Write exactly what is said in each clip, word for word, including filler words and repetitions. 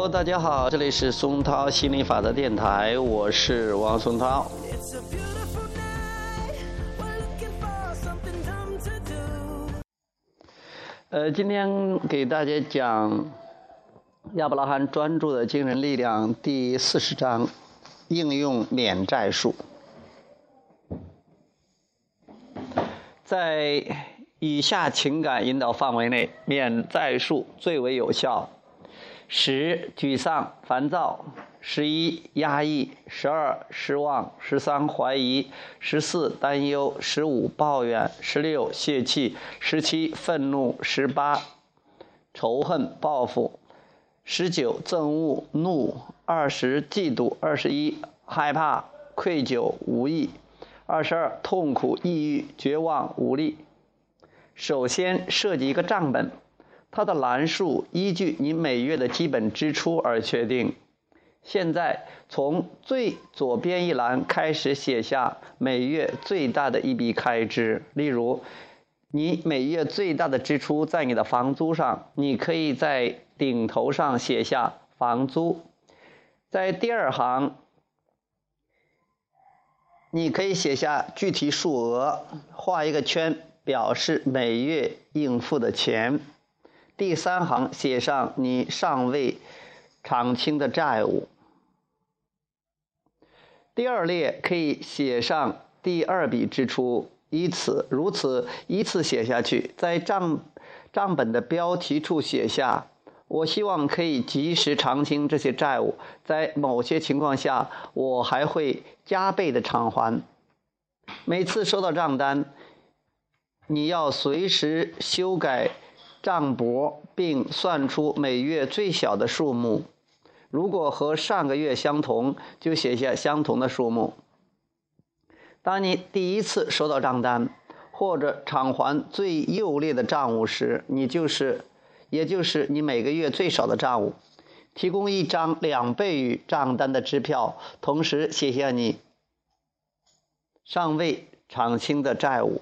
Hello， 大家好，这里是松涛心理法则电台，我是王松涛。呃，今天给大家讲亚伯拉罕专注的精神力量第四十章，应用免债术。在以下情感引导范围内，免债术最为有效。十、沮丧、烦躁；十一、压抑；十二、失望；十三、怀疑；十四、担忧；十五、抱怨；十六、泄气；十七、愤怒；十八、仇恨、报复；十九、憎恶、怒；二十、嫉妒；二十一、害怕、愧疚、无益；二十二、痛苦、抑郁、绝望、无力。首先设计一个账本，它的栏数依据你每月的基本支出而确定。现在从最左边一栏开始写下每月最大的一笔开支，例如你每月最大的支出在你的房租上，你可以在顶头上写下房租。在第二行你可以写下具体数额，画一个圈表示每月应付的钱。第三行写上你尚未偿清的债务。第二列可以写上第二笔支出，依此如此依次写下去。在账账本的标题处写下我希望可以及时偿清这些债务，在某些情况下我还会加倍的偿还。每次收到账单，你要随时修改账簿并算出每月最小的数目，如果和上个月相同，就写下相同的数目。当你第一次收到账单或者偿还最优劣的账务时，你就是也就是你每个月最少的账务，提供一张两倍于账单的支票，同时写下你尚未偿清的债务。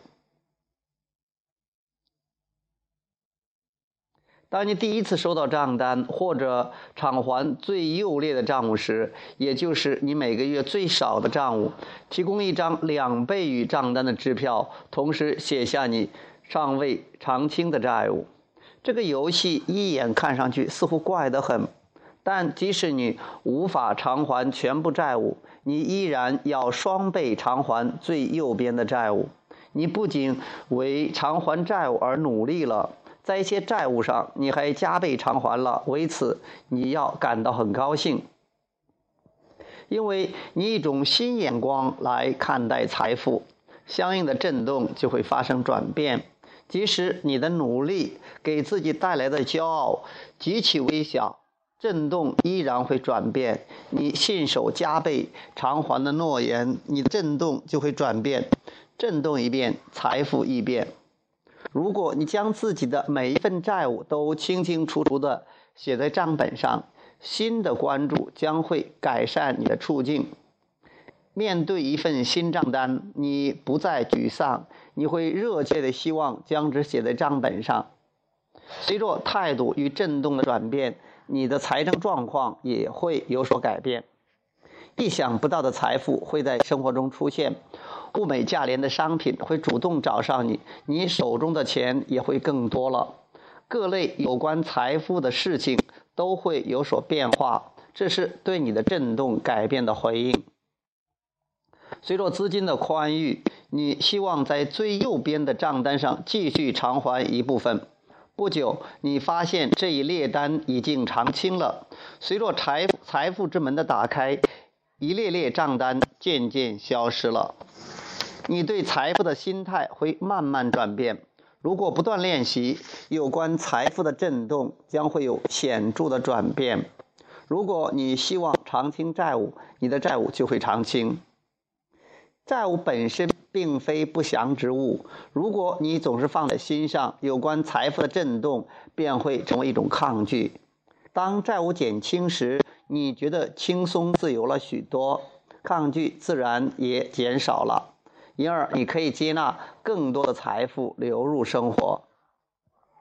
当你第一次收到账单或者偿还最优劣的账务时，也就是你每个月最少的账务，提供一张两倍于账单的支票，同时写下你尚未偿清的债务。这个游戏一眼看上去似乎怪得很，但即使你无法偿还全部债务，你依然要双倍偿还最右边的债务。你不仅为偿还债务而努力了，在一些债务上你还加倍偿还了，为此你要感到很高兴，因为你以一种新眼光来看待财富，相应的震动就会发生转变。即使你的努力给自己带来的骄傲极其微小，震动依然会转变。你信守加倍偿还的诺言，你的震动就会转变，震动一变，财富一变。如果你将自己的每一份债务都清清楚楚地写在账本上，新的关注将会改善你的处境。面对一份新账单，你不再沮丧，你会热切地希望将之写在账本上。随着态度与震动的转变，你的财政状况也会有所改变。意想不到的财富会在生活中出现，物美价廉的商品会主动找上你，你手中的钱也会更多了。各类有关财富的事情都会有所变化，这是对你的震动改变的回应。随着资金的宽裕，你希望在最右边的账单上继续偿还一部分。不久，你发现这一列单已经偿清了。随着财富财富之门的打开，一列列账单渐渐消失了。你对财富的心态会慢慢转变。如果不断练习，有关财富的震动将会有显著的转变。如果你希望偿清债务，你的债务就会偿清。债务本身并非不祥之物，如果你总是放在心上，有关财富的震动便会成为一种抗拒。当债务减轻时，你觉得轻松自由了许多，抗拒自然也减少了，因而你可以接纳更多的财富流入生活。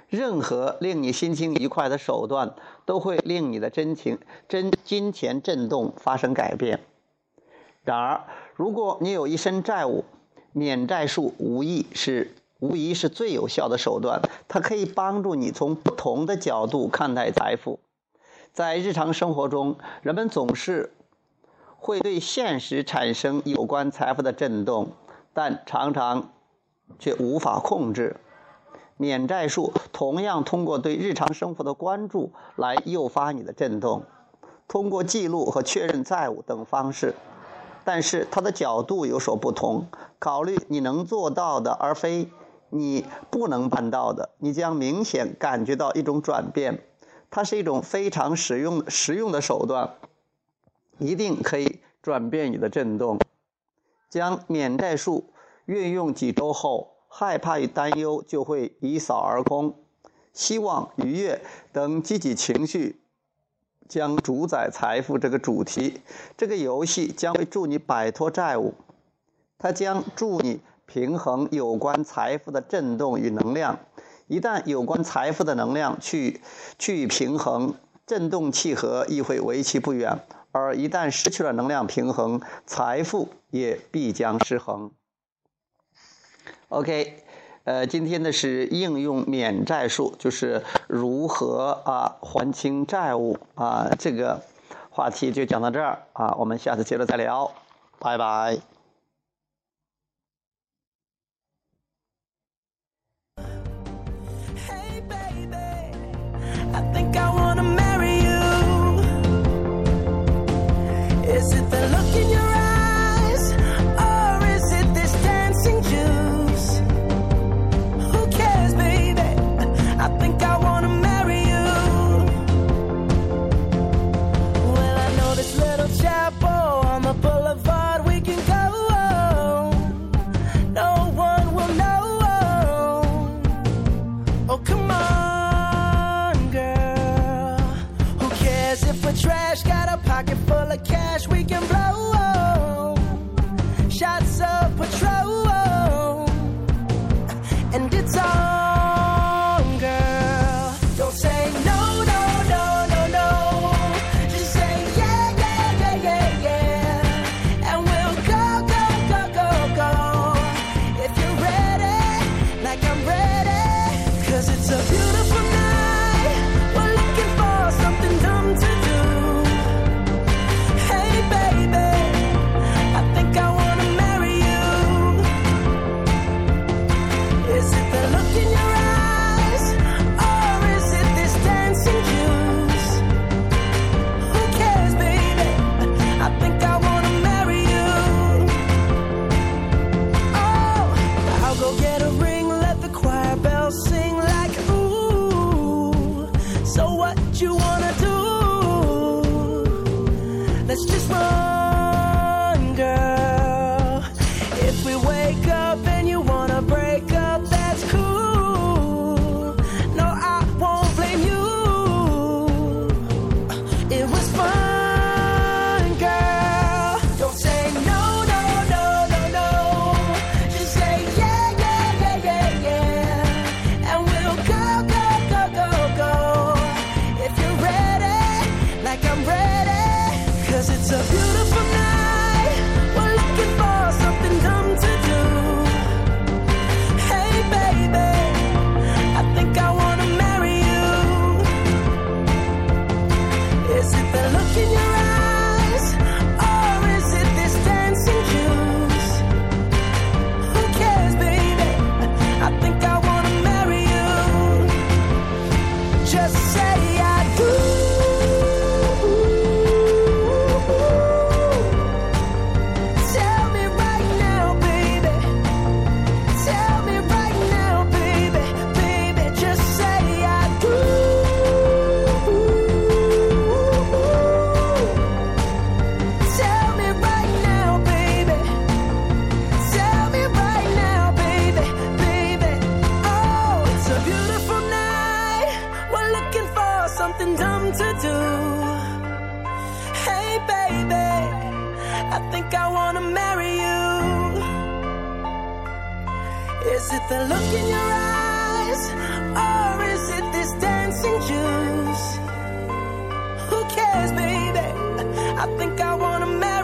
任何令你心情愉快的手段都会令你的真情真金钱震动发生改变。然而，如果你有一身债务，免债术无疑是无疑是最有效的手段，它可以帮助你从不同的角度看待财富。在日常生活中，人们总是会对现实产生有关财富的震动，但常常却无法控制。免债术同样通过对日常生活的关注来诱发你的震动，通过记录和确认债务等方式。但是它的角度有所不同，考虑你能做到的而非你不能办到的，你将明显感觉到一种转变。它是一种非常实用实用的手段，一定可以转变你的震动。将免债术运用几周后，害怕与担忧就会一扫而空，希望、愉悦等积极情绪将主宰财富这个主题。这个游戏将会助你摆脱债务，它将助你平衡有关财富的震动与能量。一旦有关财富的能量去去平衡，振动契合亦会为期不远，而一旦失去了能量平衡，财富也必将失衡。OK， 呃，今天的是应用免债术，就是如何啊还清债务啊，这个话题就讲到这儿啊，我们下次接着再聊，拜拜。 I think I wanna marry you. Is it the look in your eyes, or is it this dancing juice? Who cares, baby? I think I wanna marry you. Well, I know this little chapel on the boulevard we can go. No one will know. Oh, come on. Trash, got a pocket full of cash we can blow. Shots of Patrol, and it's on, girl. Don't say no, no, no, no, no. Just say yeah, yeah, yeah, yeah, yeah. And we'll go, go, go, go, go. If you're ready, like I'm ready. Cause it's a beautiful night. We're looking for something dumb to do. Let's just run, girl. If we wake up and you wanna break up, that's cool. No, I won't blame you. It was fun, girl. Don't say no, no, no, no, no. Just say yeah, yeah, yeah, yeah, yeah. And we'll go, go, go, go, go. If you're ready, like I'm ready. Cause it's a beautiful night. We're looking for something dumb to do. Hey baby, I think I wanna marry you. Is it the look in your eyes, or is it this dancing juice? Who cares, baby? I think I wanna marry you. Just say I do. Something dumb to do. Hey baby, I think I wanna marry you. Is it the look in your eyes, or is I think I wanna marry